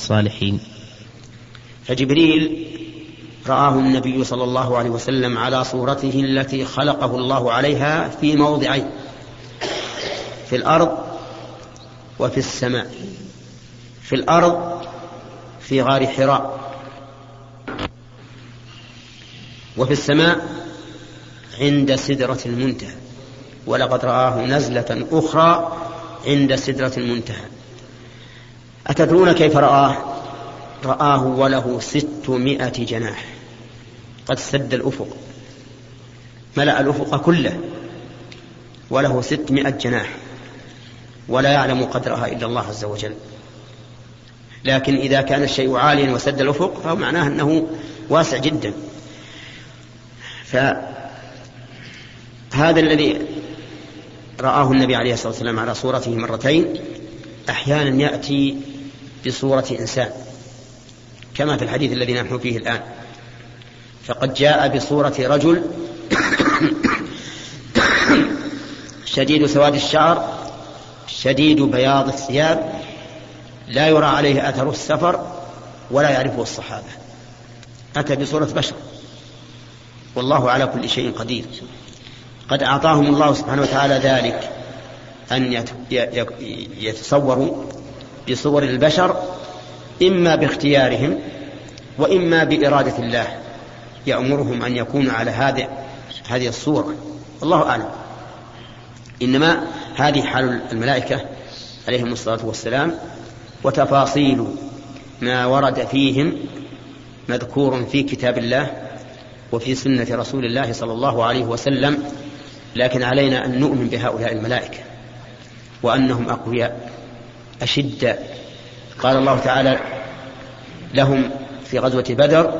الصالحين. فجبريل رآه النبي صلى الله عليه وسلم على صورته التي خلقه الله عليها في موضعين، في الأرض وفي السماء. في الأرض في غار حراء، وفي السماء عند سدرة المنتهى. ولقد رآه نزلة أخرى عند سدرة المنتهى. أتدرون كيف رآه؟ رآه وله 600 جناح، قد سد الأفق، ملأ الأفق كله، وله 600 جناح، ولا يعلم قدرها إلا الله عز وجل. لكن إذا كان الشيء عاليا وسد الأفق فهو معناه أنه واسع جدا. فهذا الذي رآه النبي عليه الصلاة والسلام على صورته مرتين، أحيانا يأتي بصورة إنسان كما في الحديث الذي نحن فيه الآن، فقد جاء بصورة رجل شديد سواد الشعر شديد بياض الثياب، لا يرى عليه أثر السفر ولا يعرفه الصحابة. أتى بصورة بشر، والله على كل شيء قدير. قد أعطاهم الله سبحانه وتعالى ذلك أن يتصوروا بصور البشر، إما باختيارهم وإما بإرادة الله يأمرهم أن يكونوا على هذه الصورة، الله أعلم. إنما هذه حال الملائكة عليهم الصلاة والسلام، وتفاصيل ما ورد فيهم مذكور في كتاب الله وفي سنة رسول الله صلى الله عليه وسلم. لكن علينا أن نؤمن بهؤلاء الملائكة وأنهم أقوياء أشداء. قال الله تعالى لهم في غزوة بدر: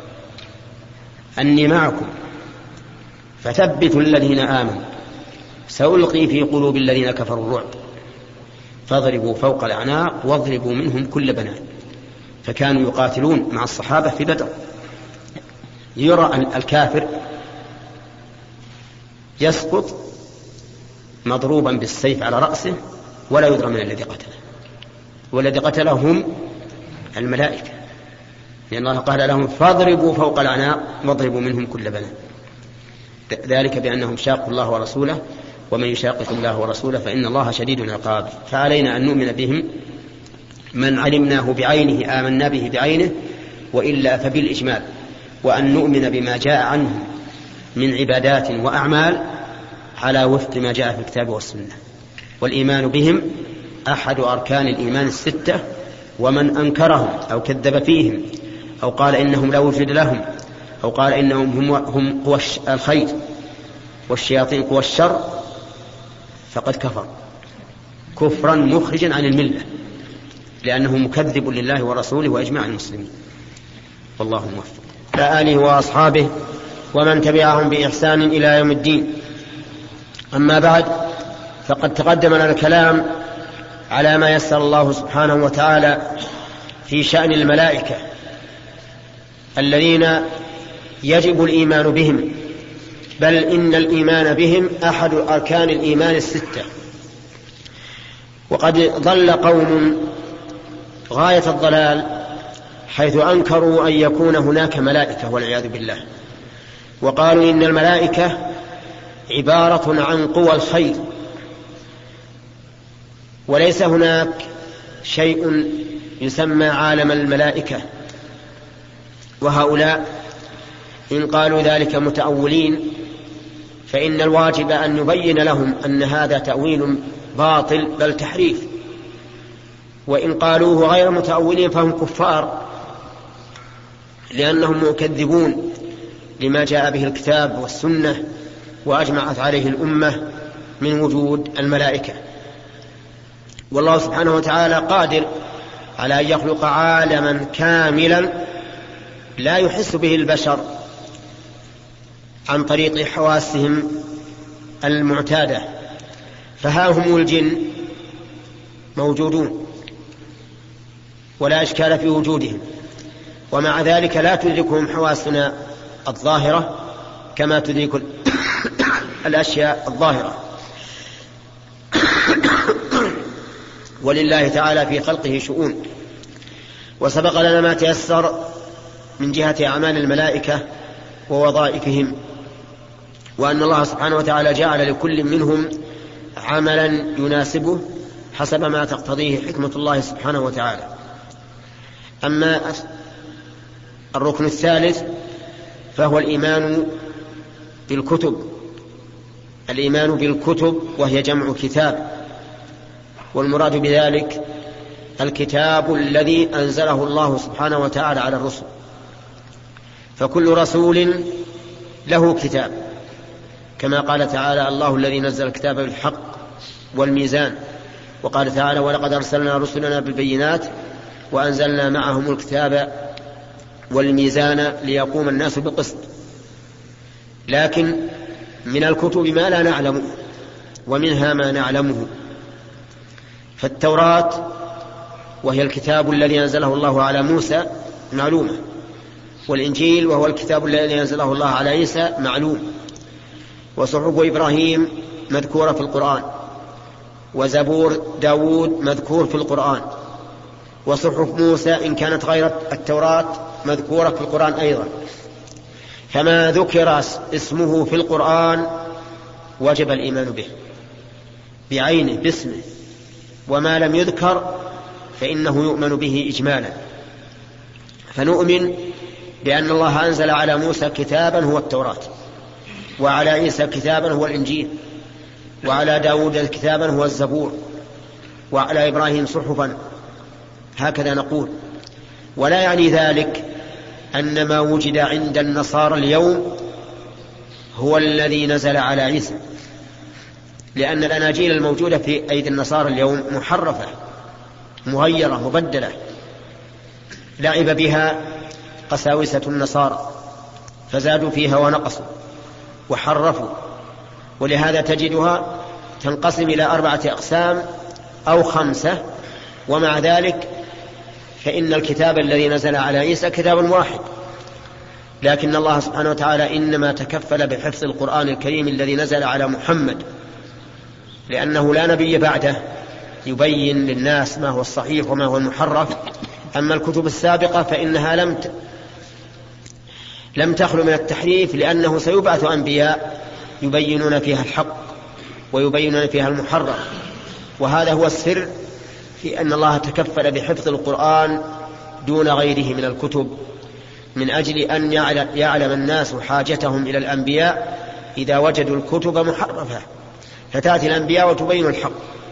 أني معكم فثبتوا الذين آمنوا سألقي في قلوب الذين كفروا الرعب فاضربوا فوق الأعناق واضربوا منهم كل بنان. فكانوا يقاتلون مع الصحابة في بدر. يرى الكافر يسقط مضروبا بالسيف على رأسه ولا يدرى من الذي قتله، والذي قتله هم الملائكة، لأن الله قال لهم: فاضربوا فوق الأعناق واضربوا منهم كل بنان. ذلك بأنهم شاقوا الله ورسوله، ومن يشاقق الله ورسوله فإن الله شديد العقاب. فعلينا أن نؤمن بهم، من علمناه بعينه آمنا به بعينه، وإلا فبالإجمال، وأن نؤمن بما جاء عنهم من عبادات وأعمال على وفق ما جاء في الكتاب والسنة. والإيمان بهم أحد أركان الإيمان الستة، ومن أنكرهم أو كذب فيهم أو قال إنهم لا وجود لهم أو قال إنهم هم قوى الخير والشياطين قوى الشر فقد كفر كفرا مخرجا عن الملة، لأنه مكذب لله ورسوله وإجماع المسلمين. والله موفق. على آله وأصحابه ومن تبعهم بإحسان إلى يوم الدين. أما بعد، فقد تقدم لنا الكلام على ما يسر الله سبحانه وتعالى في شأن الملائكة الذين يجب الإيمان بهم، بل إن الإيمان بهم أحد أركان الإيمان الستة. وقد ضل قوم غاية الضلال حيث أنكروا أن يكون هناك ملائكة والعياذ بالله، وقالوا إن الملائكة عبارة عن قوى الخير، وليس هناك شيء يسمى عالم الملائكة. وهؤلاء إن قالوا ذلك متأولين، فإن الواجب أن نبين لهم أن هذا تأويل باطل بل تحريف. وإن قالوه غير متأولين فهم كفار، لأنهم مكذبون لما جاء به الكتاب والسنة وأجمعت عليه الأمة من وجود الملائكة. والله سبحانه وتعالى قادر على أن يخلق عالما كاملا لا يحس به البشر عن طريق حواسهم المعتادة. فها هم الجن موجودون ولا إشكال في وجودهم، ومع ذلك لا تدركهم حواسنا الظاهرة كما تدرك الأشياء الظاهرة. ولله تعالى في خلقه شؤون، وسبق لنا ما تيسر من جهة أعمال الملائكة ووظائفهم، وأن الله سبحانه وتعالى جعل لكل منهم عملا يناسبه حسب ما تقتضيه حكمة الله سبحانه وتعالى. أما الركن الثالث فهو الإيمان بالكتب وهي جمع كتاب، والمراد بذلك الكتاب الذي أنزله الله سبحانه وتعالى على الرسل، فكل رسول له كتاب، كما قال تعالى: الله الذي نزل الكتاب بالحق والميزان. وقال تعالى: ولقد أرسلنا رسلنا بالبينات وأنزلنا معهم الكتاب والميزان ليقوم الناس بالقسط. لكن من الكتب ما لا نعلم ومنها ما نعلمه، فالتوراة وهي الكتاب الذي أنزله الله على موسى معلومة، والإنجيل وهو الكتاب الذي أنزله الله على عيسى معلوم، وصحف إبراهيم مذكورة في القرآن، وزبور داود مذكور في القرآن، وصحف موسى إن كانت غير التوراة مذكورة في القرآن أيضا. فما ذكر اسمه في القرآن وجب الإيمان به بعينه باسمه، وما لم يذكر فإنه يؤمن به إجمالا. فنؤمن بأن الله أنزل على موسى كتابا هو التوراة، وعلى عيسى كتابا هو الإنجيل، وعلى داود كتابا هو الزبور، وعلى إبراهيم صحفا، هكذا نقول. ولا يعني ذلك أن ما وجد عند النصارى اليوم هو الذي نزل على عيسى، لأن الأناجيل الموجودة في أيدي النصارى اليوم محرفة مغيرة مبدلة، لعب بها قساوسة النصارى فزادوا فيها ونقصوا وحرفوا، ولهذا تجدها تنقسم إلى 4 أقسام أو 5، ومع ذلك فإن الكتاب الذي نزل على عيسى كتاب واحد، لكن الله سبحانه وتعالى إنما تكفل بحفظ القرآن الكريم الذي نزل على محمد، لأنه لا نبي بعده يبين للناس ما هو الصحيح وما هو المحرف. أما الكتب السابقة فإنها لم تخلو من التحريف، لأنه سيبعث أنبياء يبينون فيها الحق ويبينون فيها المحرف. وهذا هو السر في أن الله تكفل بحفظ القرآن دون غيره من الكتب، من أجل أن يعلم الناس حاجتهم إلى الأنبياء إذا وجدوا الكتب محرفة، فتأتي الأنبياء وتبين الحق.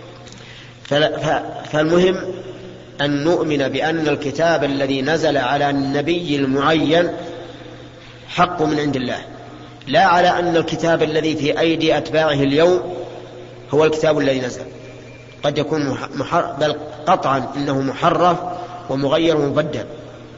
فالمهم أن نؤمن بأن الكتاب الذي نزل على النبي المعين حق من عند الله، لا على أن الكتاب الذي في أيدي أتباعه اليوم هو الكتاب الذي نزل، قد يكون بل قطعا إنه محرف ومغير ومبدل.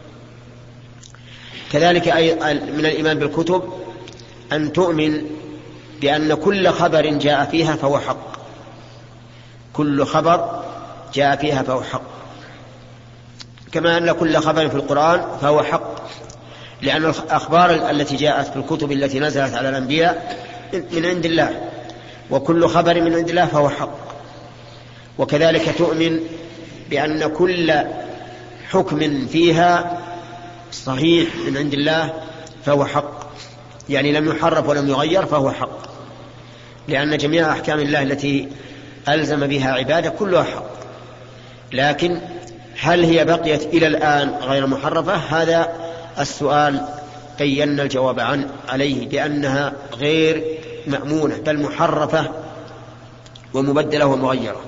كذلك من الإيمان بالكتب أن تؤمن بأن كل خبر جاء فيها فهو حق، كل خبر جاء فيها فهو حق، كما أن كل خبر في القرآن فهو حق، لأن الأخبار التي جاءت في الكتب التي نزلت على الأنبياء من عند الله، وكل خبر من عند الله فهو حق. وكذلك تؤمن بأن كل حكم فيها صحيح من عند الله فهو حق، يعني لم يحرف ولم يغير فهو حق، لأن جميع أحكام الله التي ألزم بها عباده كلها حق. لكن هل هي بقيت إلى الآن غير محرفة؟ هذا السؤال بينا الجواب عليه بأنها غير مأمونة، بل محرفة ومبدلة ومغيرة.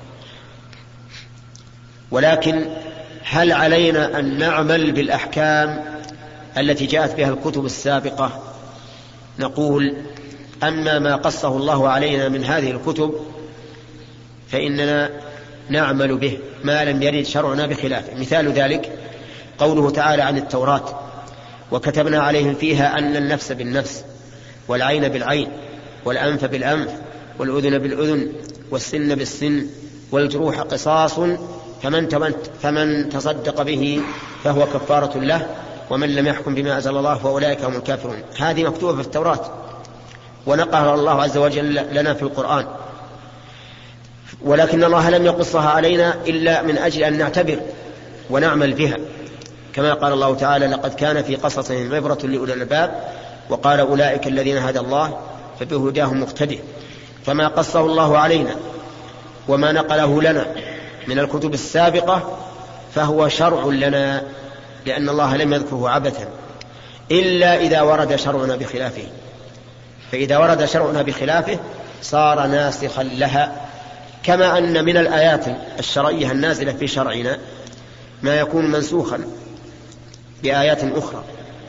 ولكن هل علينا أن نعمل بالأحكام التي جاءت بها الكتب السابقة؟ نقول: أما ما قصه الله علينا من هذه الكتب فإننا نعمل به ما لم يرد شرعنا بخلافه. مثال ذلك قوله تعالى عن التوراة: وكتبنا عليهم فيها أن النفس بالنفس والعين بالعين والأنف بالأنف والأذن بالأذن والسن بالسن والجروح قصاص فمن تصدق به فهو كفارة له ومن لم يحكم بما أنزل الله فأولئك هم الكافرون. هذه مكتوبة في التوراة ونقلها الله عز وجل لنا في القرآن، ولكن الله لم يقصها علينا إلا من أجل أن نعتبر ونعمل بها، كما قال الله تعالى: لقد كان في قصصهم عبرة لأولي الألباب، وقال: أولئك الذين هدى الله فبهداهم مقتدي. فما قصه الله علينا وما نقله لنا من الكتب السابقة فهو شرع لنا، لأن الله لم يذكره عبثا إلا إذا ورد شرعنا بخلافه، فإذا ورد شرعنا بخلافه صار ناسخا لها، كما أن من الآيات الشرعية النازلة في شرعنا ما يكون منسوخا بآيات أخرى.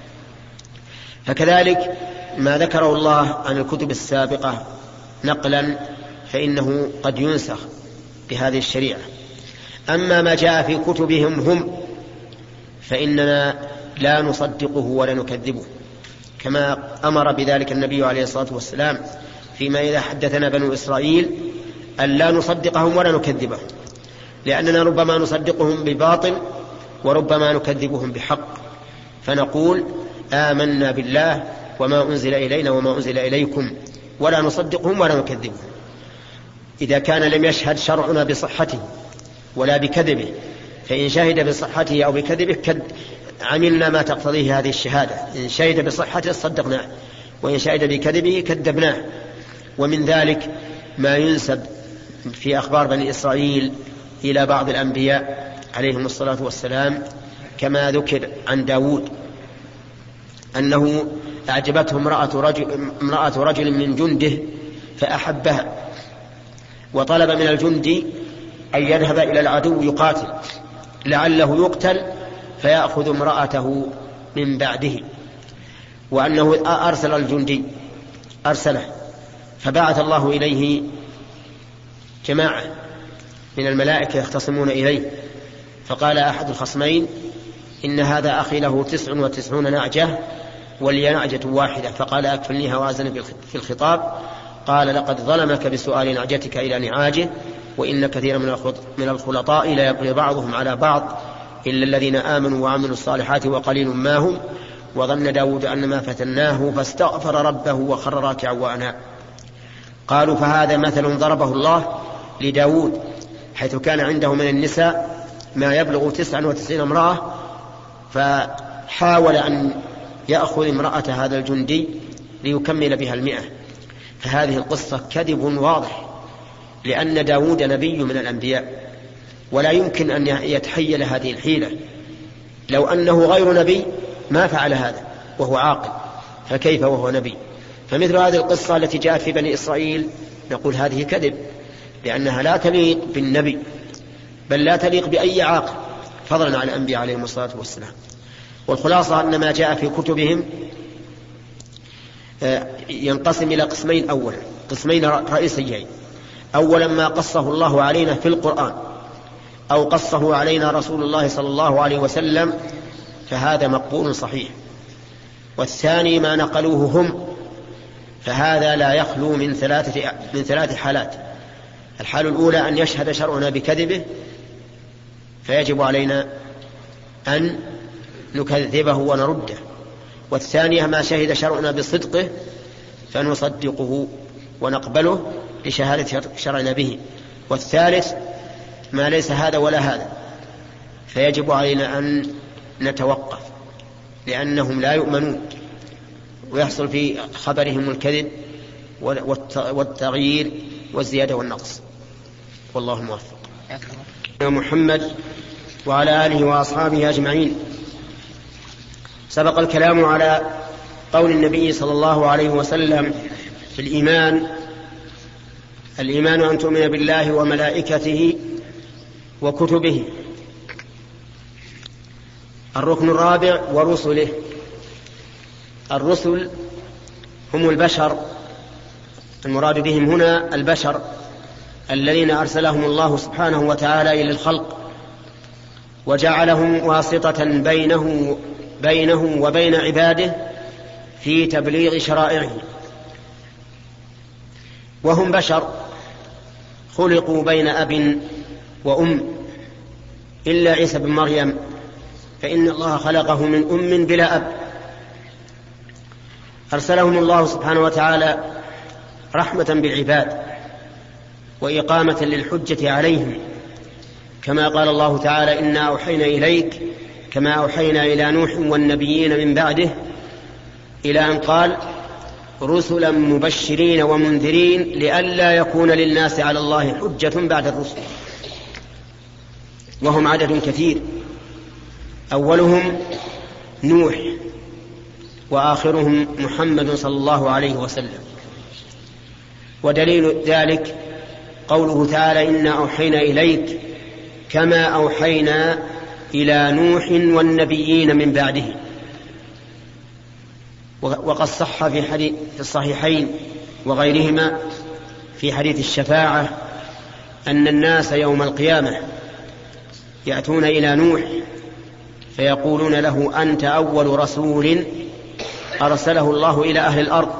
فكذلك ما ذكره الله عن الكتب السابقة نقلا فإنه قد ينسخ بهذه الشريعة. أما ما جاء في كتبهم هم فإننا لا نصدقه ولا نكذبه، كما أمر بذلك النبي عليه الصلاة والسلام فيما إذا حدثنا بنو إسرائيل أن لا نصدقهم ولا نكذبهم، لأننا ربما نصدقهم بباطل وربما نكذبهم بحق، فنقول: آمنا بالله وما أنزل إلينا وما أنزل إليكم، ولا نصدقهم ولا نكذبهم. إذا كان لم يشهد شرعنا بصحته ولا بكذبه، فإن شهد بصحته أو بكذبه عملنا ما تقتضيه هذه الشهادة. إن شهد بصحته صدقناه، وإن شهد بكذبه كذبناه. ومن ذلك ما ينسب في أخبار بني إسرائيل إلى بعض الأنبياء عليهم الصلاة والسلام، كما ذكر عن داود أنه أعجبته امرأة رجل من جنده فأحبها، وطلب من الجندي أن يذهب إلى العدو يقاتل لعله يقتل فيأخذ امرأته من بعده، وأنه أرسل الجندي أرسله، فبعث الله إليه جماعة من الملائكة يختصمون إليه، فقال أحد الخصمين: إن هذا أخي له 99 نعجة ولي نعجة واحدة، فقال: أكفلنيها وأزن في الخطاب. قال: لقد ظلمك بسؤال نعجتك إلى نعاجه، وإن كثيرا من الخلطاء لا يبغي بعضهم على بعض إلا الذين آمنوا وعملوا الصالحات وقليل ما هم. وظن داود أن ما فتناه فاستغفر ربه وخر راكعا وأناب. قالوا: فهذا مثل ضربه الله لداود، حيث كان عنده من النساء ما يبلغ 99 امرأة، فحاول أن يأخذ امرأة هذا الجندي ليكمل بها 100. فهذه القصة كذب واضح، لأن داود نبي من الأنبياء، ولا يمكن أن يتحيل هذه الحيلة. لو أنه غير نبي ما فعل هذا وهو عاقل، فكيف وهو نبي؟ فمثل هذه القصة التي جاءت في بني إسرائيل نقول هذه كذب، لأنها لا تليق بالنبي، بل لا تليق بأي عاقل، فضلا عن الأنبياء عليهم الصلاة والسلام. والخلاصة أن ما جاء في كتبهم ينقسم إلى قسمين. أولا قسمين رئيسيين: أولا ما قصه الله علينا في القرآن أو قصه علينا رسول الله صلى الله عليه وسلم، فهذا مقبول صحيح. والثاني ما نقلوه هم، فهذا لا يخلو من ثلاث حالات: الحال الأولى أن يشهد شرعنا بكذبه فيجب علينا أن نكذبه ونرده، والثانية ما شهد شرعنا بصدقه فنصدقه ونقبله لشهادة شرعنا به، والثالث ما ليس هذا ولا هذا فيجب علينا أن نتوقف، لأنهم لا يؤمنون ويحصل في خبرهم الكذب والتغيير والزيادة والنقص. والله موفق. محمد وعلى آله وأصحابه أجمعين. سبق الكلام على قول النبي صلى الله عليه وسلم في الإيمان أن تؤمن بالله وملائكته وكتبه. الركن الرابع ورسله. الرسل هم البشر، المراد بهم هنا البشر الذين أرسلهم الله سبحانه وتعالى إلى الخلق، وجعلهم واسطة بينه وبين عباده في تبليغ شرائعه. وهم بشر خلقوا بين أب وأم، إلا عيسى بن مريم فإن الله خلقه من أم بلا أب. أرسلهم الله سبحانه وتعالى رحمة بالعباد وإقامة للحجة عليهم، كما قال الله تعالى: إنا أوحينا إليك كما أوحينا إلى نوح والنبيين من بعده، إلى أن قال: رسلا مبشرين ومنذرين لئلا يكون للناس على الله حجة بعد الرسل. وهم عدد كثير، أولهم نوح وآخرهم محمد صلى الله عليه وسلم. ودليل ذلك قوله تعالى: إنا أوحينا إليك كما أوحينا إلى نوح والنبيين من بعده. وقد صح في الصحيحين وغيرهما في حديث الشفاعة أن الناس يوم القيامة يأتون إلى نوح فيقولون له: أنت أول رسول أرسله الله إلى أهل الأرض.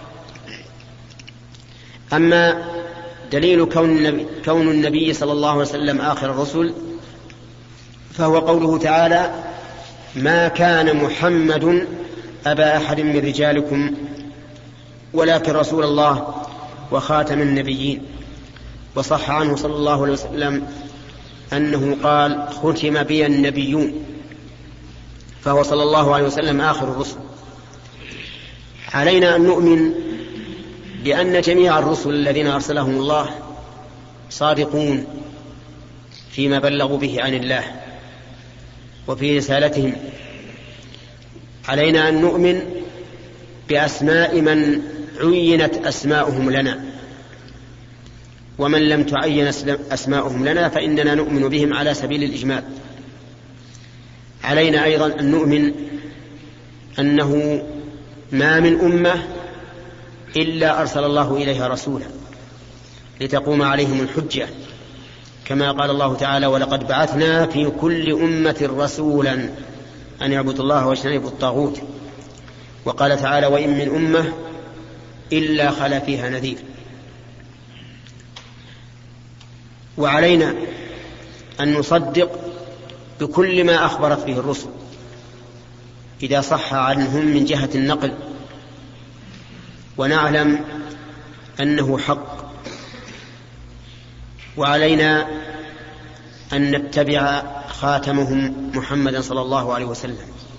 أما دليل كون النبي صلى الله عليه وسلم آخر الرسل فهو قوله تعالى: ما كان محمد أبا أحد من رجالكم ولكن رسول الله وخاتم النبيين. وصح عنه صلى الله عليه وسلم أنه قال: ختم بي النبيون، فهو صلى الله عليه وسلم آخر الرسل. علينا أن نؤمن بأن جميع الرسل الذين أرسلهم الله صادقون فيما بلغوا به عن الله وفي رسالتهم. علينا أن نؤمن بأسماء من عينت أسماؤهم لنا، ومن لم تعين أسماؤهم لنا فإننا نؤمن بهم على سبيل الإجمال. علينا أيضا أن نؤمن أنه ما من أمة إلا أرسل الله إليها رسولا لتقوم عليهم الحجة، كما قال الله تعالى: ولقد بعثنا في كل أمة رسولا أن يعبدوا الله واجتنبوا الطاغوت. وقال تعالى: وإن من أمة إلا خلا فيها نذير. وعلينا أن نصدق بكل ما أخبرت به الرسل إذا صح عنهم من جهة النقل، ونعلم أنه حق. وعلينا أن نتبع خاتمهم محمدا صلى الله عليه وسلم،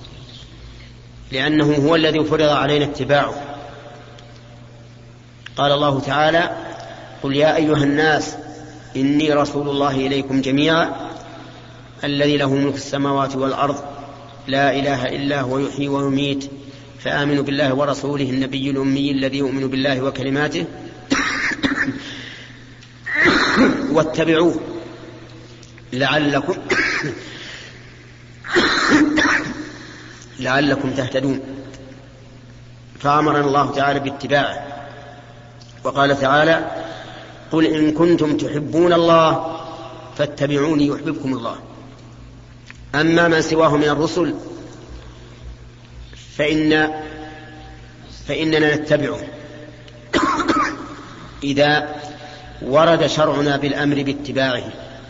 لأنه هو الذي فرض علينا اتباعه. قال الله تعالى: قل يا أيها الناس إني رسول الله إليكم جميعا الذي له ملك السماوات والأرض لا إله إلا هو يحيي ويميت فآمنوا بالله ورسوله النبي الأمي الذي يؤمن بالله وكلماته واتبعوه لعلكم تهتدون. فأمرنا الله تعالى باتباعه، وقال تعالى: قل إن كنتم تحبون الله فاتبعوني يحببكم الله. أما من سواه من الرسل فإننا نتبعه إذا ورد شرعنا بالأمر باتباعه،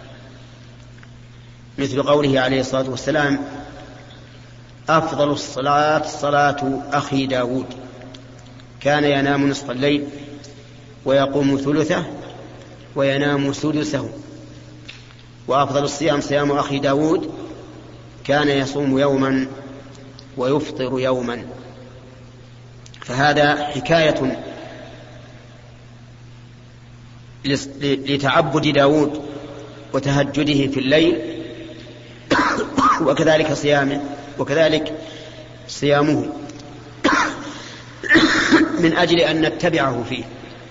مثل قوله عليه الصلاة والسلام: أفضل الصلاة صلاة أخي داود كان ينام نصف الليل ويقوم ثلثه وينام سدسه، وأفضل الصيام صيام أخي داود كان يصوم يوما ويفطر يوما. فهذا حكاية لتعبد داود وتهجده في الليل وكذلك صيامه من أجل أن نتبعه فيه.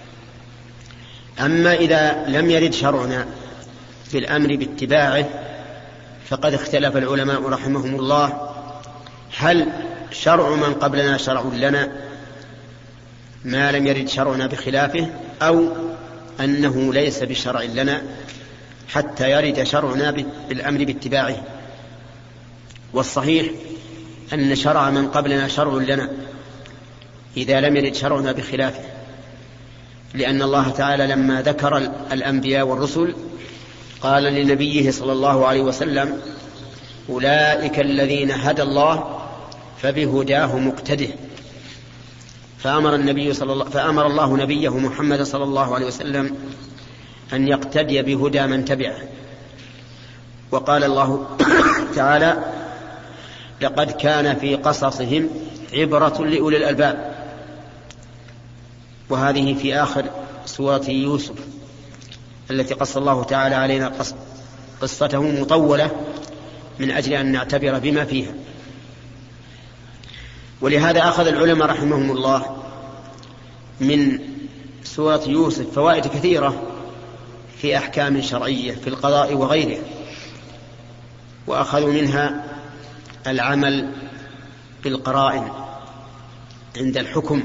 أما إذا لم يرد شرعنا بالأمر باتباعه فقد اختلف العلماء رحمهم الله: هل شرع من قبلنا شرع لنا ما لم يرد شرعنا بخلافه، أو أنه ليس بشرع لنا حتى يرد شرعنا بالأمر باتباعه؟ والصحيح أن شرع من قبلنا شرع لنا إذا لم يرد شرعنا بخلافه، لأن الله تعالى لما ذكر الأنبياء والرسل قال لنبيه صلى الله عليه وسلم: أولئك الذين هدى الله فبهداه مقتده. فأمر الله نبيه محمد صلى الله عليه وسلم أن يقتدي بهدى من تبعه. وقال الله تعالى: لقد كان في قصصهم عبرة لأولي الألباب. وهذه في آخر سورة يوسف التي قص الله تعالى علينا قصته مطولة من أجل أن نعتبر بما فيها. ولهذا أخذ العلماء رحمهم الله من سورة يوسف فوائد كثيرة في أحكام شرعية في القضاء وغيره، وأخذوا منها العمل بالقرائن عند الحكم،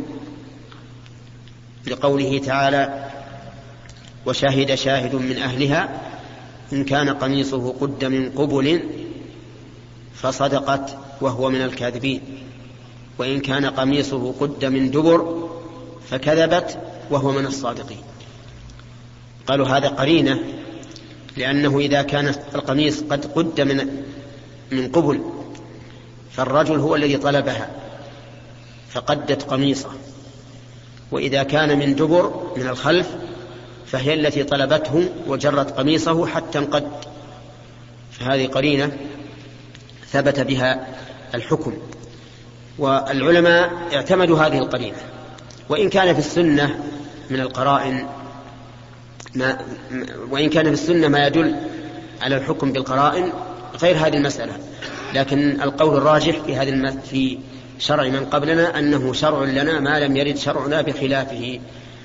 لقوله تعالى: وشهد شاهد من أهلها إن كان قميصه قد من قبل فصدقت وهو من الكاذبين، وإن كان قميصه قد من دبر فكذبت وهو من الصادقين. قالوا هذا قرينة، لأنه إذا كان القميص قد قد من قبل فالرجل هو الذي طلبها فقدت قميصه، وإذا كان من دبر من الخلف فهي التي طلبته وجرت قميصه حتى انقد. فهذه قرينة ثبت بها الحكم، والعلماء اعتمدوا هذه القرينة. وإن كان في السنة من القرائن ما يدل على الحكم بالقرائن غير هذه المسألة، لكن القول الراجح في شرع من قبلنا أنه شرع لنا ما لم يرد شرعنا بخلافه.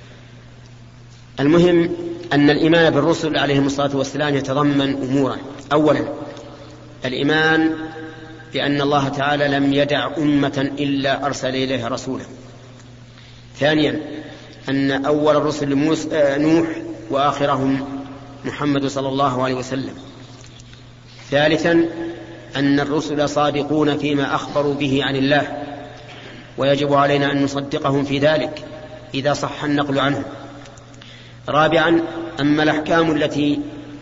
المهم أن الإيمان بالرسل عليهم الصلاة والسلام يتضمن أمورا: أولا الإيمان بأن الله تعالى لم يدع أمة إلا أرسل إليها رسولا. ثانيا أن أول الرسل نوح وآخرهم محمد صلى الله عليه وسلم. ثالثا أن الرسل صادقون فيما أخبروا به عن الله، ويجب علينا أن نصدقهم في ذلك إذا صح النقل عنهم. رابعا أما الأحكام التي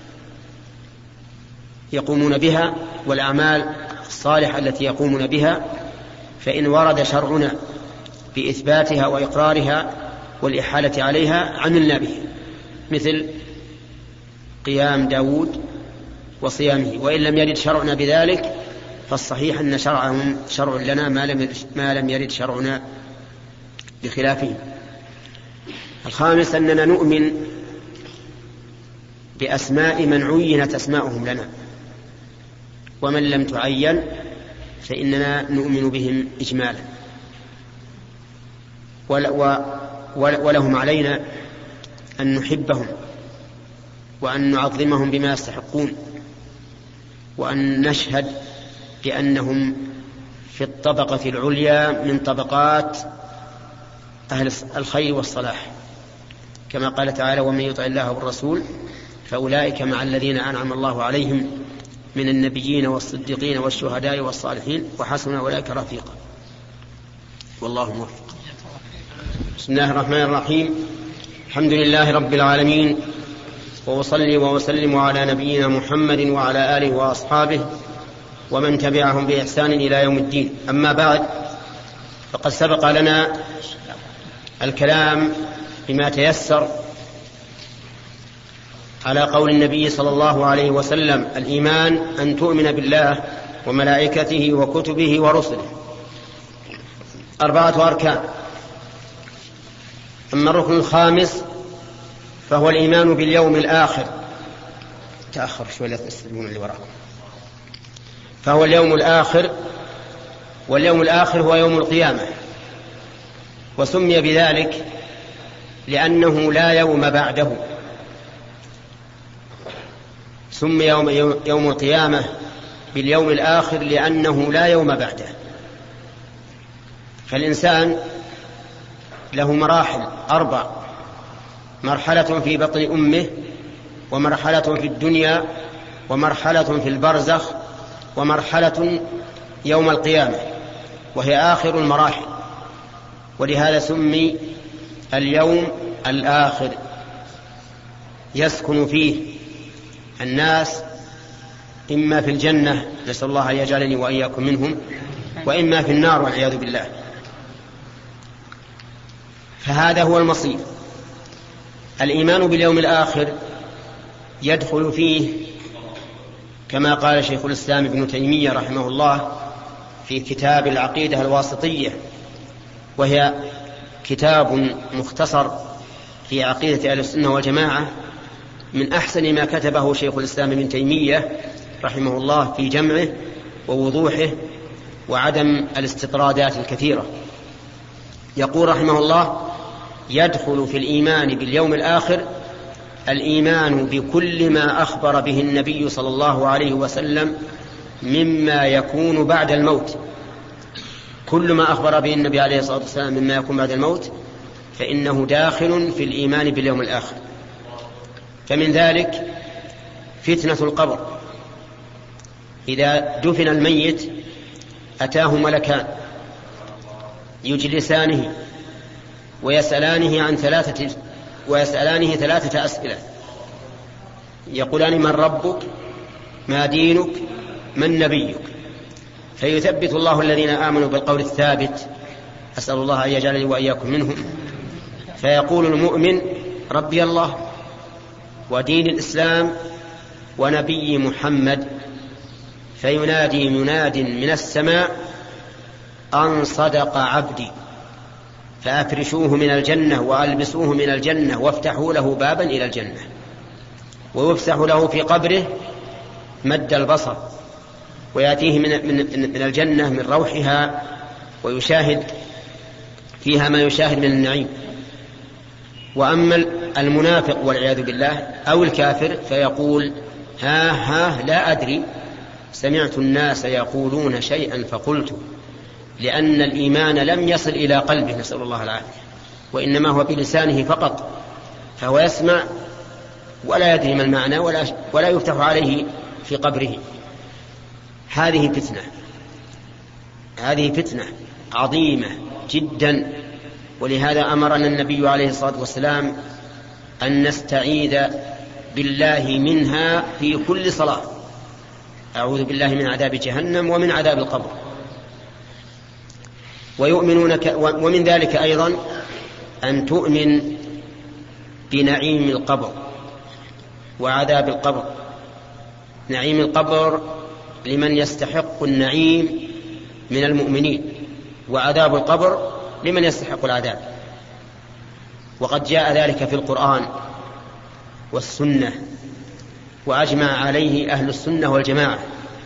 يقومون بها والأعمال الصالحة التي يقومون بها فإن ورد شرعنا بإثباتها وإقرارها والإحالة عليها عملنا به، مثل قيام داود وصيامه. وإن لم يرد شرعنا بذلك فالصحيح أن شرعهم شرع لنا ما لم يرد شرعنا بخلافه. الخامس أننا نؤمن بأسماء من عينت أسماؤهم لنا، ومن لم تعين فإننا نؤمن بهم إجمالا، ولهم علينا أن نحبهم وأن نعظمهم بما يستحقون، وأن نشهد بأنهم في الطبقة العليا من طبقات أهل الخير والصلاح، كما قال تعالى: ومن يطع الله والرسول فأولئك مع الذين أنعم الله عليهم من النبيين والصديقين والشهداء والصالحين وحسن أولئك رفيقا. والله موفق. بسم الله الرحمن الرحيم. الحمد لله رب العالمين، وأصلي وأسلم على نبينا محمد وعلى آله وأصحابه ومن تبعهم بإحسان إلى يوم الدين. أما بعد، فقد سبق لنا الكلام بما تيسر على قول النبي صلى الله عليه وسلم: الإيمان أن تؤمن بالله وملائكته وكتبه ورسله، 4 أركان. أما الركن الخامس فهو الإيمان باليوم الآخر. تأخر شوية لا تستلمون اللي وراكم. فهو اليوم الآخر، واليوم الآخر هو يوم القيامة، وسمي بذلك لأنه لا يوم بعده. سمي يوم القيامة باليوم الآخر لأنه لا يوم بعده. فالإنسان له مراحل 4: مرحلة في بطن أمه، ومرحلة في الدنيا، ومرحلة في البرزخ، ومرحلة يوم القيامة، وهي آخر المراحل. ولهذا سمي اليوم الآخر، يسكن فيه الناس إما في الجنة، نسأل الله أن يجعلني وإياكم منهم، وإما في النار والعياذ بالله. فهذا هو المصير. الإيمان باليوم الآخر يدخل فيه كما قال شيخ الإسلام ابن تيمية رحمه الله في كتاب العقيدة الواسطية، وهي كتاب مختصر في عقيدة أهل السنة والجماعة، من أحسن ما كتبه شيخ الإسلام ابن تيمية رحمه الله في جمعه ووضوحه وعدم الاستطرادات الكثيرة. يقول رحمه الله: يدخل في الإيمان باليوم الآخر الإيمان بكل ما أخبر به النبي صلى الله عليه وسلم مما يكون بعد الموت. كل ما أخبر به النبي عليه الصلاة والسلام مما يكون بعد الموت فإنه داخل في الإيمان باليوم الآخر. فمن ذلك فتنة القبر. إذا دفن الميت أتاه ملكان يجلسانه ويسألانه ثلاثة أسئلة، يقولان: من ربك؟ ما دينك؟ من نبيك؟ فيثبت الله الذين آمنوا بالقول الثابت، أسأل الله أن يجعلني وإياكم منهم. فيقول المؤمن: ربي الله ودين الإسلام ونبي محمد. فينادي مناد من السماء: أن صدق عبدي، فأفرشوه من الجنة وألبسوه من الجنة وافتحوا له بابا إلى الجنة. ويفسح له في قبره مد البصر، ويأتيه من الجنة من روحها، ويشاهد فيها ما يشاهد من النعيم. وأما المنافق والعياذ بالله أو الكافر فيقول: ها لا أدري، سمعت الناس يقولون شيئا فقلت، لأن الإيمان لم يصل إلى قلبه، نسأل الله العافية، وإنما هو بلسانه فقط، فهو يسمع ولا يدري ما المعنى ولا يفتح عليه في قبره. هذه فتنة عظيمة جدا. ولهذا أمرنا النبي عليه الصلاة والسلام أن نستعيذ بالله منها في كل صلاة: أعوذ بالله من عذاب جهنم ومن عذاب القبر. ومن ذلك أيضا أن تؤمن بنعيم القبر وعذاب القبر. نعيم القبر لمن يستحق النعيم من المؤمنين، وعذاب القبر لمن يستحق العذاب. وقد جاء ذلك في القرآن والسنة، وأجمع عليه أهل السنة والجماعة.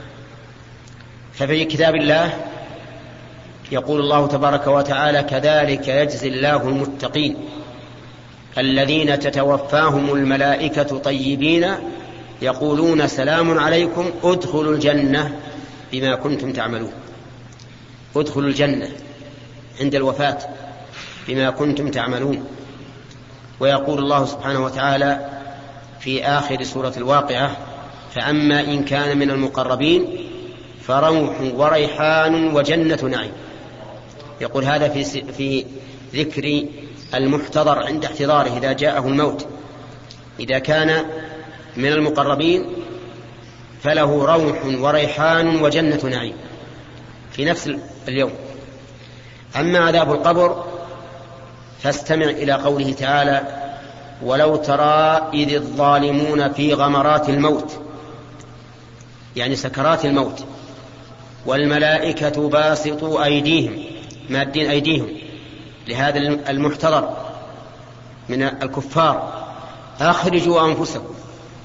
ففي كتاب الله يقول الله تبارك وتعالى: كذلك يجزي الله المتقين الذين تتوفاهم الملائكة طيبين يقولون سلام عليكم ادخلوا الجنة بما كنتم تعملون. ادخلوا الجنة عند الوفاة بما كنتم تعملون. ويقول الله سبحانه وتعالى في آخر سورة الواقعة: فأما إن كان من المقربين فروح وريحان وجنة نعيم. يقول هذا في ذكر المحتضر عند احتضاره إذا جاءه الموت. إذا كان من المقربين فله روح وريحان وجنة نعيم في نفس اليوم. أما عذاب القبر فاستمع إلى قوله تعالى: ولو ترى إذ الظالمون في غمرات الموت، يعني سكرات الموت، والملائكة باسطوا أيديهم، مادين أيديهم لهذا المحتضر من الكفار: أخرجوا أنفسكم.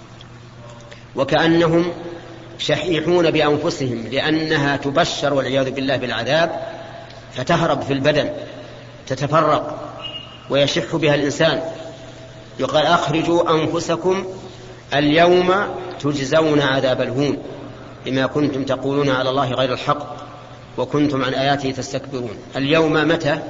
وكأنهم شحيحون بأنفسهم لأنها تبشر والعياذ بالله بالعذاب، فتهرب في البدن تتفرق ويشح بها الإنسان. يقال: أخرجوا أنفسكم اليوم تجزون عذاب الهون بما كنتم تقولون على الله غير الحق وكنتم عن آياته تستكبرون. اليوم متى؟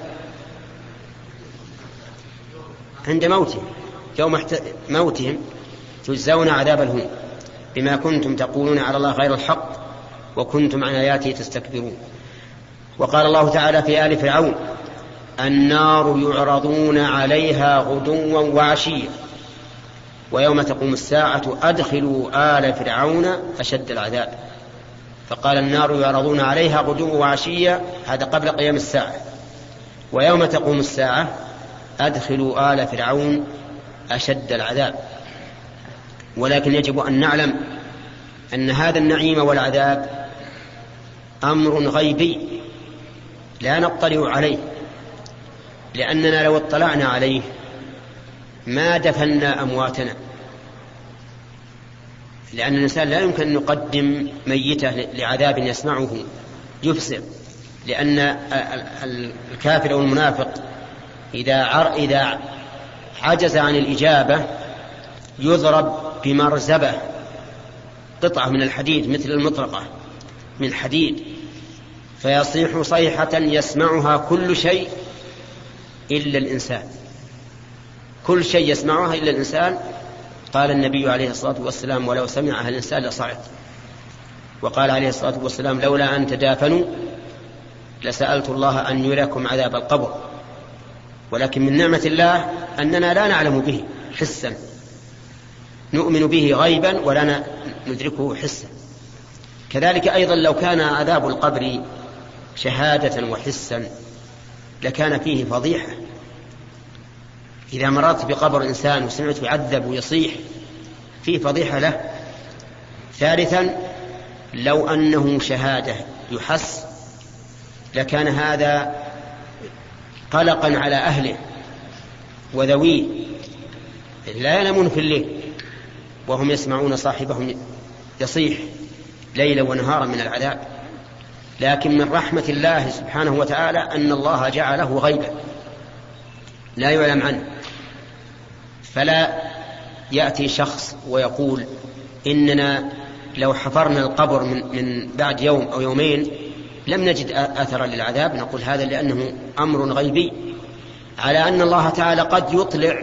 عند موتهم، يوم موتهم تجزون عذاب الهون بما كنتم تقولون على الله غير الحق وكنتم عن آياته تستكبرون. وقال الله تعالى في آل فرعون: النار يعرضون عليها غدوا وعشيا ويوم تقوم الساعة أدخلوا آل فرعون أشد العذاب. فقال: النار يعرضون عليها غدوا وعشيا، هذا قبل قيام الساعة. ويوم تقوم الساعة أدخلوا آل فرعون أشد العذاب. ولكن يجب أن نعلم أن هذا النعيم والعذاب أمر غيبي لا نطلع عليه، لأننا لو اطلعنا عليه ما دفنا أمواتنا، لأن الإنسان لا يمكن أن يقدم ميته لعذاب يسمعه يفسر، لأن الكافر أو المنافق إذا عجز عن الإجابة يضرب بمرزبة قطعة من الحديد مثل المطرقة من حديد فيصيح صيحة يسمعها كل شيء إلا الإنسان، كل شيء يسمعها إلا الإنسان. قال النبي عليه الصلاة والسلام: ولو سمعها الإنسان لصعق. وقال عليه الصلاة والسلام: لولا أن تدافنوا لسألت الله أن يريكم عذاب القبر. ولكن من نعمة الله أننا لا نعلم به حسا، نؤمن به غيبا ولا ندركه حسا. كذلك أيضا لو كان عذاب القبر شهادة وحسا لكان فيه فضيحة. إذا مررت بقبر إنسان وسمعت يعذب ويصيح فيه فضيحة له. ثالثا لو أنه شهادة يحس لكان هذا قلقا على أهله وذويه لا ينامون في الليل وهم يسمعون صاحبهم يصيح ليلا ونهارا من العذاب. لكن من رحمة الله سبحانه وتعالى أن الله جعله غيبا لا يعلم عنه، فلا يأتي شخص ويقول إننا لو حفرنا القبر من بعد يوم أو يومين لم نجد أثرا للعذاب. نقول هذا لأنه أمر غيبي، على أن الله تعالى قد يطلع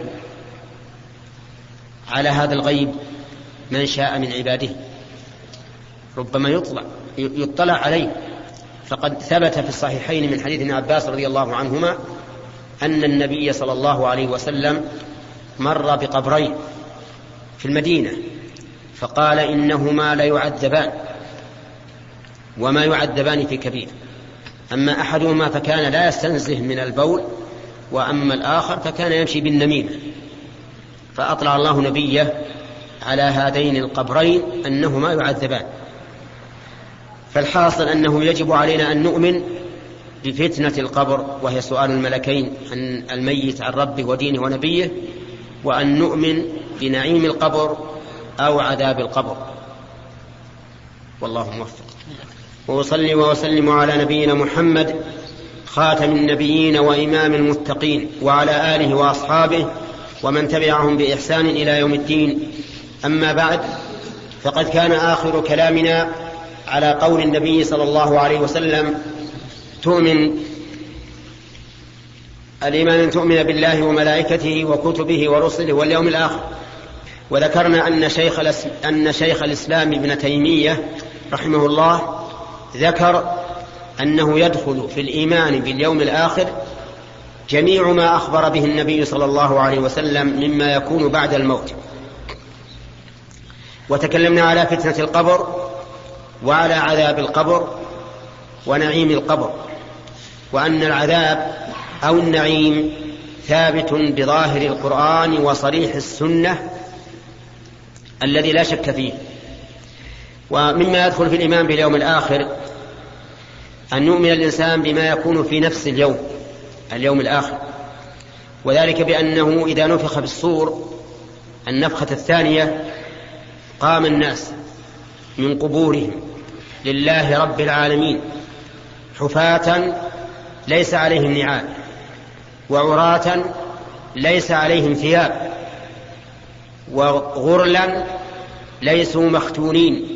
على هذا الغيب من شاء من عباده، ربما يطلع عليه. فقد ثبت في الصحيحين من حديث ابن عباس رضي الله عنهما أن النبي صلى الله عليه وسلم مر بقبرين في المدينة فقال: إنهما ليعذبان وما يعذبان في كبير، أما أحدهما فكان لا يستنزه من البول، وأما الآخر فكان يمشي بالنميمة. فأطلع الله نبيه على هذين القبرين أنهما يعذبان. فالحاصل أنه يجب علينا أن نؤمن بفتنة القبر، وهي سؤال الملكين عن الميت عن ربه ودينه ونبيه، وأن نؤمن بنعيم القبر أو عذاب القبر. والله موفق. وأصلي وأسلم على نبينا محمد خاتم النبيين وإمام المتقين، وعلى آله وأصحابه ومن تبعهم بإحسان إلى يوم الدين. أما بعد، فقد كان آخر كلامنا على قول النبي صلى الله عليه وسلم: الإيمان أن تؤمن بالله وملائكته وكتبه ورسله واليوم الآخر. وذكرنا أن شيخ الإسلام ابن تيمية رحمه الله ذكر أنه يدخل في الإيمان باليوم الآخر جميع ما أخبر به النبي صلى الله عليه وسلم مما يكون بعد الموت. وتكلمنا على فتنة القبر وعلى عذاب القبر ونعيم القبر، وأن العذاب أو النعيم ثابت بظاهر القرآن وصريح السنة الذي لا شك فيه. ومما يدخل في الإيمان باليوم الآخر أن يؤمن الإنسان بما يكون في نفس اليوم الآخر، وذلك بأنه إذا نفخ بالصور النفخة الثانية قام الناس من قبورهم لله رب العالمين حفاة ليس عليهم نعال، وعراة ليس عليهم ثياب، وغرلا ليسوا مختونين،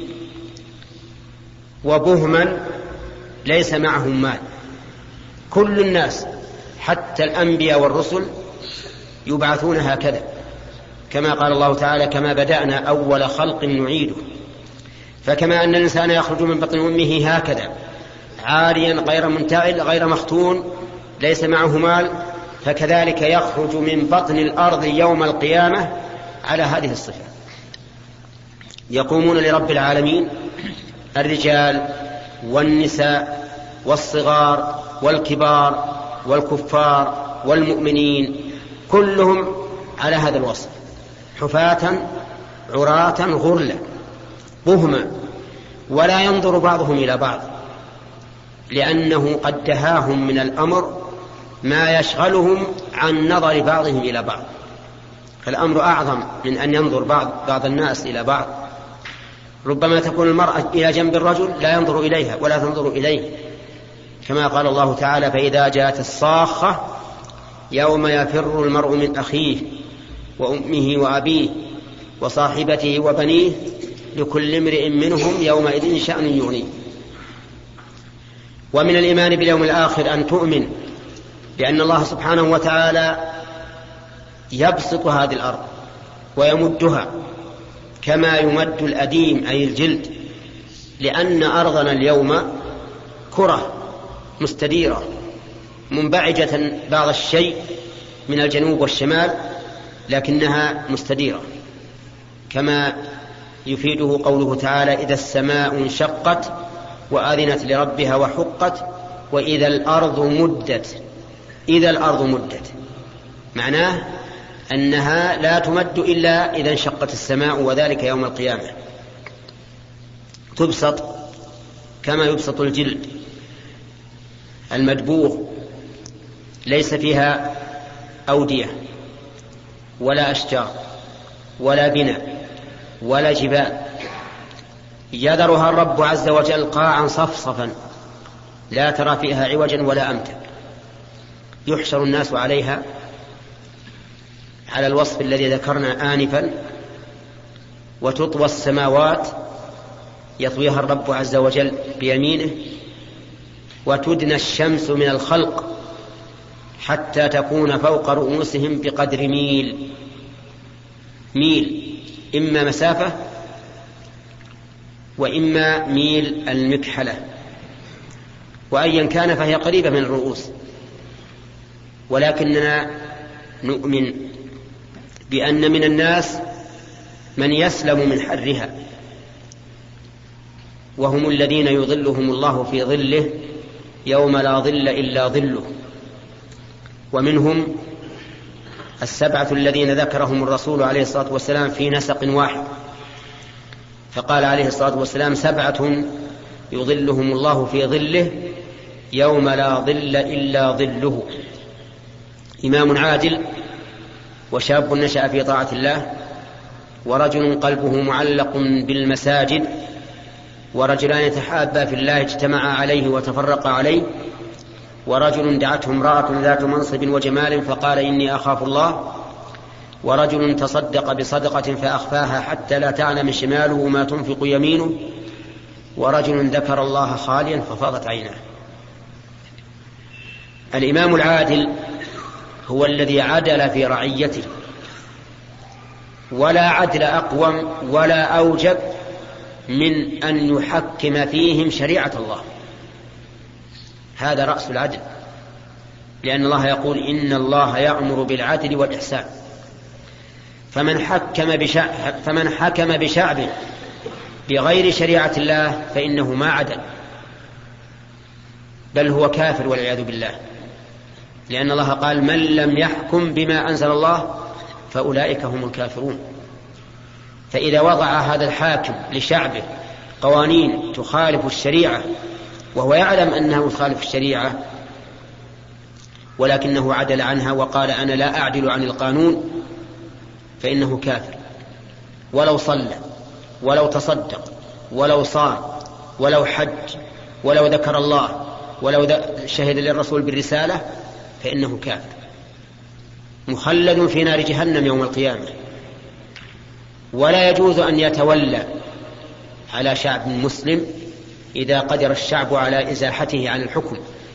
وبهما ليس معهم مال. كل الناس حتى الأنبياء والرسل يبعثون هكذا، كما قال الله تعالى: كما بدأنا أول خلق نعيده. فكما أن الإنسان يخرج من بطن أمه هكذا عاريا غير منتعل غير مختون ليس معه مال، فكذلك يخرج من بطن الأرض يوم القيامة على هذه الصفة. يقومون لرب العالمين الرجال والنساء والصغار والكبار والكفار والمؤمنين كلهم على هذا الوصف: حفاة عراة غرلا بهما، ولا ينظر بعضهم إلى بعض، لأنه قد دهاهم من الأمر ما يشغلهم عن نظر بعضهم إلى بعض. فالأمر أعظم من أن ينظر بعض الناس إلى بعض. ربما تكون المرأة إلى جنب الرجل لا ينظر إليها ولا تنظر إليه، كما قال الله تعالى: فإذا جاءت الصاخة يوم يفر المرء من أخيه وأمه وأبيه وصاحبته وبنيه لكل امرئ منهم يومئذ شأن يغنيه. ومن الإيمان باليوم الآخر أن تؤمن بأن الله سبحانه وتعالى يبسط هذه الأرض ويمدها كما يمد الأديم أي الجلد، لأن أرضنا اليوم كرة مستديرة منبعجة بعض الشيء من الجنوب والشمال، لكنها مستديرة، كما يفيده قوله تعالى: إذا السماء انشقت وآذنت لربها وحقت وإذا الأرض مدت. إذا الأرض مدت معناه أنها لا تمد إلا إذا انشقت السماء، وذلك يوم القيامة. تبسط كما يبسط الجلد المدبوغ، ليس فيها أودية ولا أشجار ولا بناء ولا جبال، يذرها الرب عز وجل قاعا صفصفا لا ترى فيها عوجا ولا أمتا. يحشر الناس عليها على الوصف الذي ذكرنا آنفا، وتطوى السماوات يطويها الرب عز وجل بيمينه، وتدنى الشمس من الخلق حتى تكون فوق رؤوسهم بقدر ميل إما مسافة وإما ميل المكحلة، وأيا كان فهي قريبة من الرؤوس. ولكننا نؤمن بأن من الناس من يسلم من حرها، وهم الذين يظلهم الله في ظله يوم لا ظل إلا ظله. ومنهم 7 الذين ذكرهم الرسول عليه الصلاة والسلام في نسق واحد، فقال عليه الصلاة والسلام: 7 يظلهم الله في ظله يوم لا ظل إلا ظله: إمام عادل، وشاب نشأ في طاعة الله، ورجل قلبه معلق بالمساجد، ورجلان يتحابا في الله اجتمعا عليه وتفرقا عليه، ورجل دعته امرأة ذات منصب وجمال فقال: إني أخاف الله، ورجل تصدق بصدقة فأخفاها حتى لا تعلم شماله ما تنفق يمينه، ورجل ذكر الله خاليا ففاضت عيناه. الإمام العادل هو الذي عدل في رعيته، ولا عدل أقوم ولا أوجب من أن يحكم فيهم شريعة الله. هذا رأس العدل، لأن الله يقول: إن الله يأمر بالعدل والإحسان. فمن حكم بشعب بغير شريعة الله فإنه ما عدل، بل هو كافر والعياذ بالله، لأن الله قال: من لم يحكم بما أنزل الله فأولئك هم الكافرون. فإذا وضع هذا الحاكم لشعبه قوانين تخالف الشريعة وهو يعلم أنه يخالف الشريعة، ولكنه عدل عنها وقال: أنا لا أعدل عن القانون، فإنه كافر، ولو صلى ولو تصدق ولو صام ولو حج ولو ذكر الله ولو شهد للرسول بالرسالة فإنه كافر مخلد في نار جهنم يوم القيامة. ولا يجوز أن يتولى على شعب مسلم إذا قدر الشعب على إزاحته عن الحكم.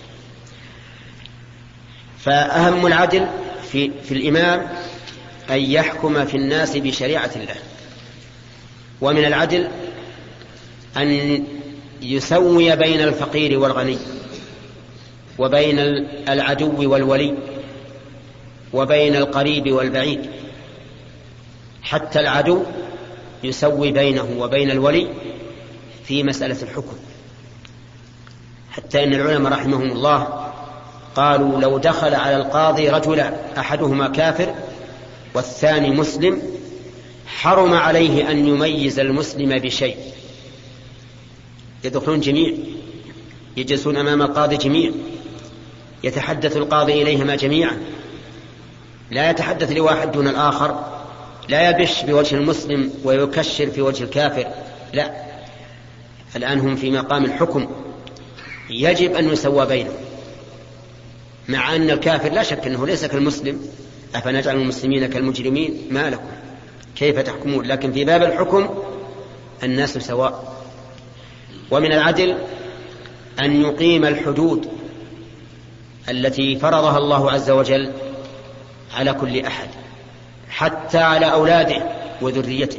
فأهم العدل في الإمام أن يحكم في الناس بشريعة الله. ومن العدل أن يسوي بين الفقير والغني، وبين العدو والولي، وبين القريب والبعيد. حتى العدو يسوي بينه وبين الولي في مسألة الحكم، حتى إن العلماء رحمهم الله قالوا: لو دخل على القاضي رجلان أحدهما كافر والثاني مسلم حرم عليه أن يميز المسلم بشيء. يدخلون جميع، يجلسون أمام القاضي جميع، يتحدث القاضي إليهما جميعا، لا يتحدث لواحد دون الآخر، لا يبش بوجه المسلم ويكشر في وجه الكافر، لا، الآن هم في مقام الحكم، يجب أن يسوى بينهم، مع أن الكافر لا شك أنه ليس كالمسلم. أفنجعل المسلمين كالمجرمين ما لكم كيف تحكمون؟ لكن في باب الحكم الناس سواء. ومن العدل أن يقيم الحدود التي فرضها الله عز وجل على كل أحد، حتى على أولاده وذريته.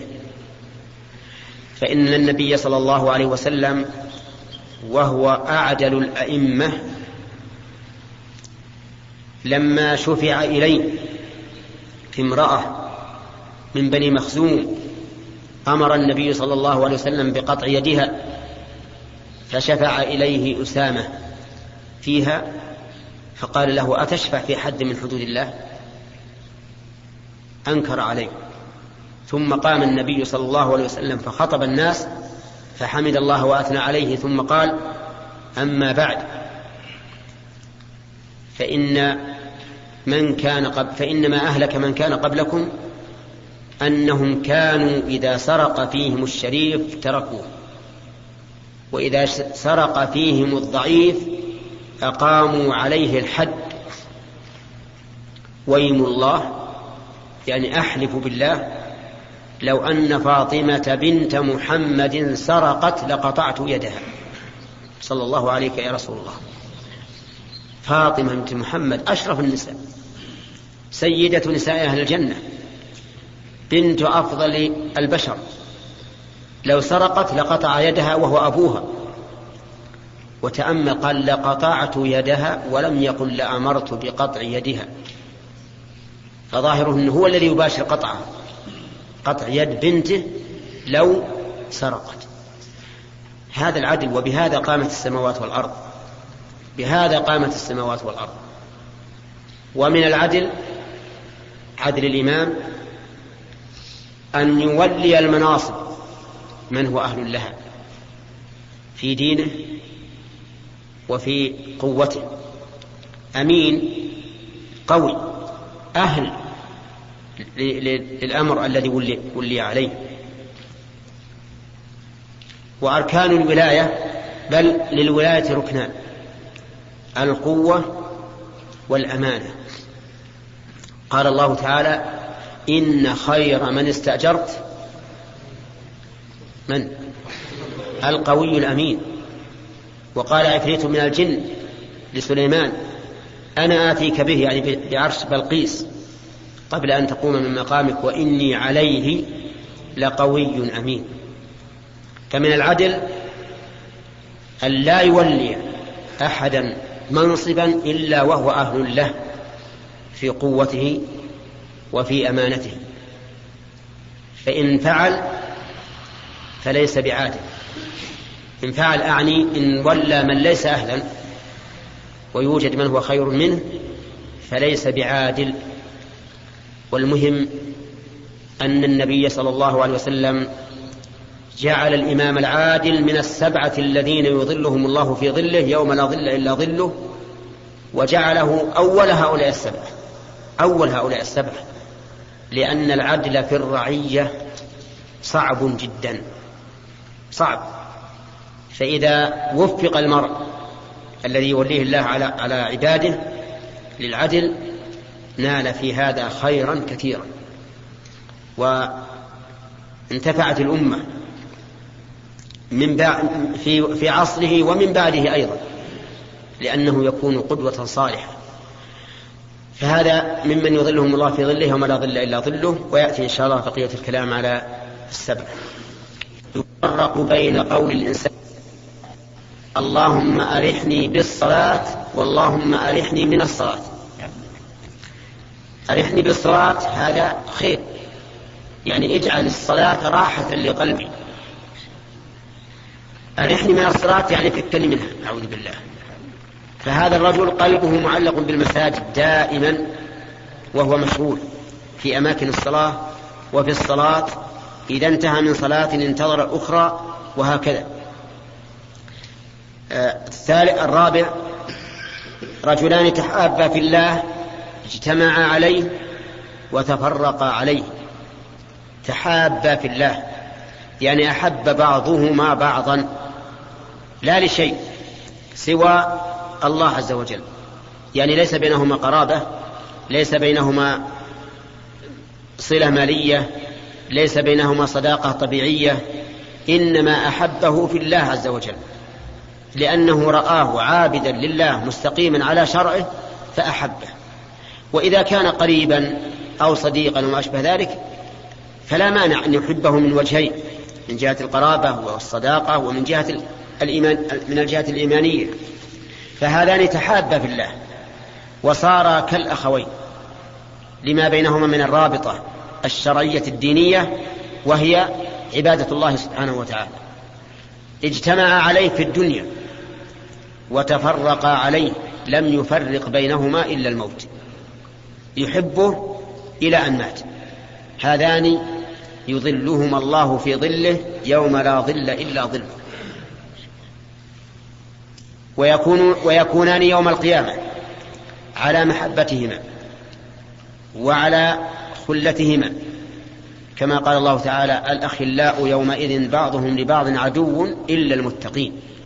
فإن النبي صلى الله عليه وسلم وهو أعدل الأئمة لما شفع إليه في امرأة من بني مخزوم أمر النبي صلى الله عليه وسلم بقطع يدها، فشفع إليه أسامة فيها فقال له: أتشفع في حد من حدود الله؟ أنكر عليه. ثم قام النبي صلى الله عليه وسلم فخطب الناس فحمد الله وأثنى عليه، ثم قال: أما بعد، فإنما أهلك من كان قبلكم أنهم كانوا إذا سرق فيهم الشريف تركوه، وإذا سرق فيهم الضعيف أقاموا عليه الحد. ويم الله، يعني أحلف بالله لو أن فاطمة بنت محمد سرقت لقطعت يدها. صلى الله عليك يا رسول الله. فاطمة بنت محمد أشرف النساء، سيدة نساء أهل الجنة، بنت أفضل البشر، لو سرقت لقطع يدها وهو أبوها. وتأمل، قال: لقطعت يدها، ولم يقل لأمرت بقطع يدها. فظاهره أنه هو الذي يباشر قطع يد بنته لو سرقت. هذا العدل، وبهذا قامت السماوات والأرض، بهذا قامت السماوات والأرض. ومن العدل عدل الإمام أن يولي المناصب من هو أهل لها في دينه وفي قوته، أمين قوي أهل للأمر الذي ولي عليه. وأركان الولاية، بل للولاية ركنان: القوة والأمانة. قال الله تعالى: إن خير من استأجرت من؟ القوي الأمين. وقال عفريت من الجن لسليمان: أنا آتيك به، يعني بعرش بلقيس، قبل أن تقوم من مقامك، وإني عليه لقوي أمين. فمن العدل أن لا يولي أحدا منصبا إلا وهو أهل له في قوته وفي أمانته، فإن فعل فليس بعادل. إن فعل أعني إن ولى من ليس أهلا ويوجد من هو خير منه فليس بعادل. والمهم أن النبي صلى الله عليه وسلم جعل الإمام العادل من السبعة الذين يظلهم الله في ظله يوم لا ظل إلا ظله، وجعله أول هؤلاء السبعة، لأن العدل في الرعية صعب جدا، صعب. فإذا وفق المرء الذي يوليه الله على عباده للعدل نال في هذا خيرا كثيرا، وانتفعت الأمة في عصره ومن بعده أيضا، لأنه يكون قدوة صالحة. فهذا ممن يظلهم الله في ظله وما لا ظل إلا ظله. ويأتي إن شاء الله بقية الكلام على السبع. يفرق بين قول الإنسان: اللهم أرحني بالصلاة، واللهم أرحني من الصلاة. أرحني بالصلاة هذا خير، يعني اجعل الصلاة راحة لقلبي. أرحني من الصلاة يعني فكني منها، أعوذ بالله. فهذا الرجل قلبه معلق بالمساجد دائما، وهو مشغول في أماكن الصلاة وفي الصلاة إذا انتهى من صلاة انتظر الأخرى، وهكذا. الرابع: رجلان تحابا في الله اجتمعا عليه وتفرقا عليه. تحابا في الله يعني أحب بعضهما بعضا لا لشيء سوى الله عز وجل، يعني ليس بينهما قرابة، ليس بينهما صلة مالية، ليس بينهما صداقة طبيعية، إنما أحبه في الله عز وجل لأنه رآه عابدا لله مستقيما على شرعه فأحبه. وإذا كان قريبا أو صديقا وما أشبه ذلك فلا مانع أن يحبه من وجهين، من جهة القرابة والصداقة ومن جهة الإيمان، من الجهة الإيمانية. فهذان تحابا في الله وصارا كالأخوين لما بينهما من الرابطة الشرعية الدينية، وهي عبادة الله سبحانه وتعالى. اجتمعا عليه في الدنيا وتفرقا عليه، لم يفرق بينهما إلا الموت، يحبه إلى أن مات. هذان يظلهما الله في ظله يوم لا ظل إلا ظله. ويكونان يوم القيامة على محبتهما وعلى خلتهما، كما قال الله تعالى: الأخلاء يومئذ بعضهم لبعض عدو إلا المتقين.